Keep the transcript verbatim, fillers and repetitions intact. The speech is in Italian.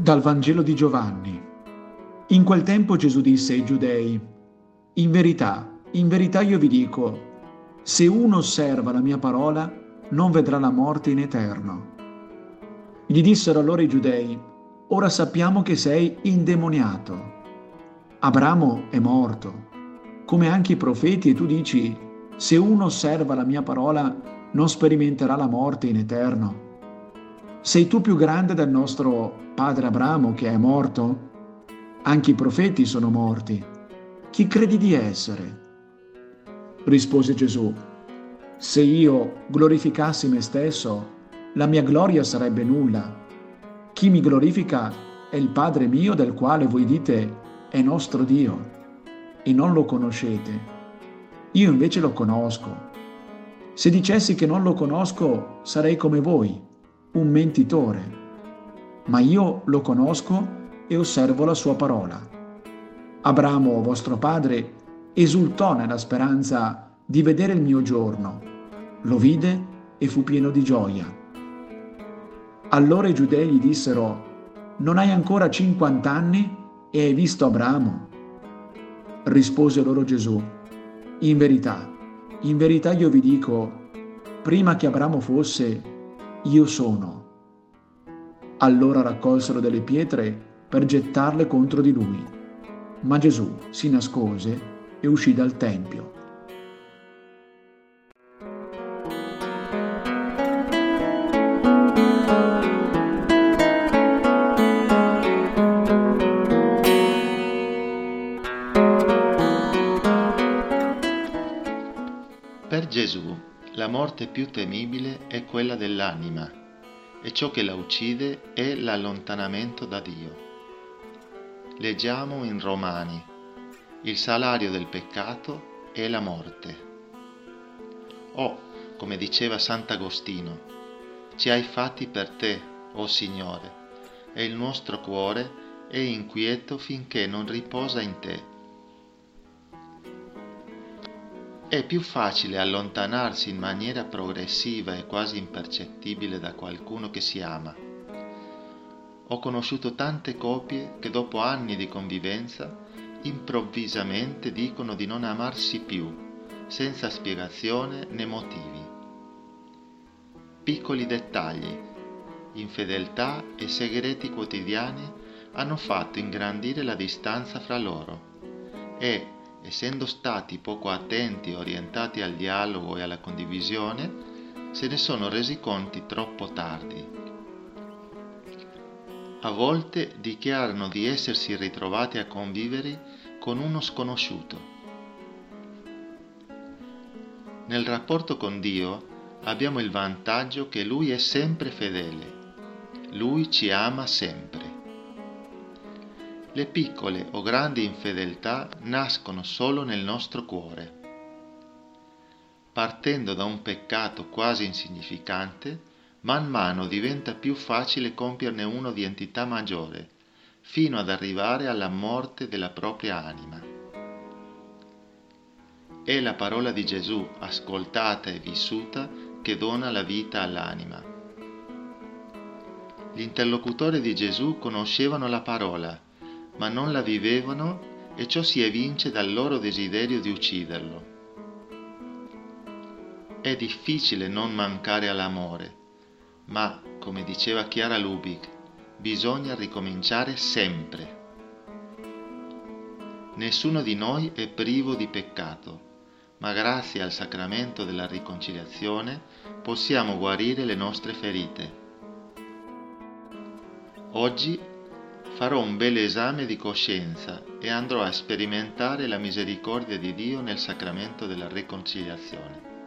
Dal Vangelo di Giovanni. In quel tempo Gesù disse ai Giudei: In verità, in verità io vi dico, se uno osserva la mia parola, non vedrà la morte in eterno. Gli dissero allora i Giudei: Ora sappiamo che sei indemoniato. Abramo è morto, come anche i profeti, e tu dici: se uno osserva la mia parola, non sperimenterà la morte in eterno. Sei tu più grande del nostro padre Abramo che è morto? Anche i profeti sono morti. Chi credi di essere? Rispose Gesù: Se io glorificassi me stesso, la mia gloria sarebbe nulla. Chi mi glorifica è il Padre mio, del quale voi dite è nostro Dio, e non lo conoscete. Io invece lo conosco. Se dicessi che non lo conosco, sarei come voi, un mentitore. Ma io lo conosco e osservo la sua parola. Abramo, vostro padre, esultò nella speranza di vedere il mio giorno. Lo vide e fu pieno di gioia. Allora i Giudei gli dissero: Non hai ancora cinquant'anni e hai visto Abramo? Rispose loro Gesù: In verità, in verità io vi dico, prima che Abramo fosse, io sono. Allora raccolsero delle pietre per gettarle contro di lui. Ma Gesù si nascose e uscì dal tempio. Per Gesù la morte più temibile è quella dell'anima, e ciò che la uccide è l'allontanamento da Dio. Leggiamo in Romani: il salario del peccato è la morte. O, come diceva Sant'Agostino, ci hai fatti per te, o Signore, e il nostro cuore è inquieto finché non riposa in te. È più facile allontanarsi in maniera progressiva e quasi impercettibile da qualcuno che si ama. Ho conosciuto tante coppie che dopo anni di convivenza improvvisamente dicono di non amarsi più, senza spiegazione né motivi. Piccoli dettagli, infedeltà e segreti quotidiani hanno fatto ingrandire la distanza fra loro e, essendo stati poco attenti e orientati al dialogo e alla condivisione, se ne sono resi conti troppo tardi. A volte dichiarano di essersi ritrovati a convivere con uno sconosciuto. Nel rapporto con Dio abbiamo il vantaggio che Lui è sempre fedele. Lui ci ama sempre. Le piccole o grandi infedeltà nascono solo nel nostro cuore. Partendo da un peccato quasi insignificante, man mano diventa più facile compierne uno di entità maggiore, fino ad arrivare alla morte della propria anima. È la parola di Gesù, ascoltata e vissuta, che dona la vita all'anima. Gli interlocutori di Gesù conoscevano la parola, ma non la vivevano, e ciò si evince dal loro desiderio di ucciderlo. È difficile non mancare all'amore, ma, come diceva Chiara Lubich, bisogna ricominciare sempre. Nessuno di noi è privo di peccato, ma grazie al sacramento della riconciliazione possiamo guarire le nostre ferite. Oggi farò un bel esame di coscienza e andrò a sperimentare la misericordia di Dio nel sacramento della riconciliazione.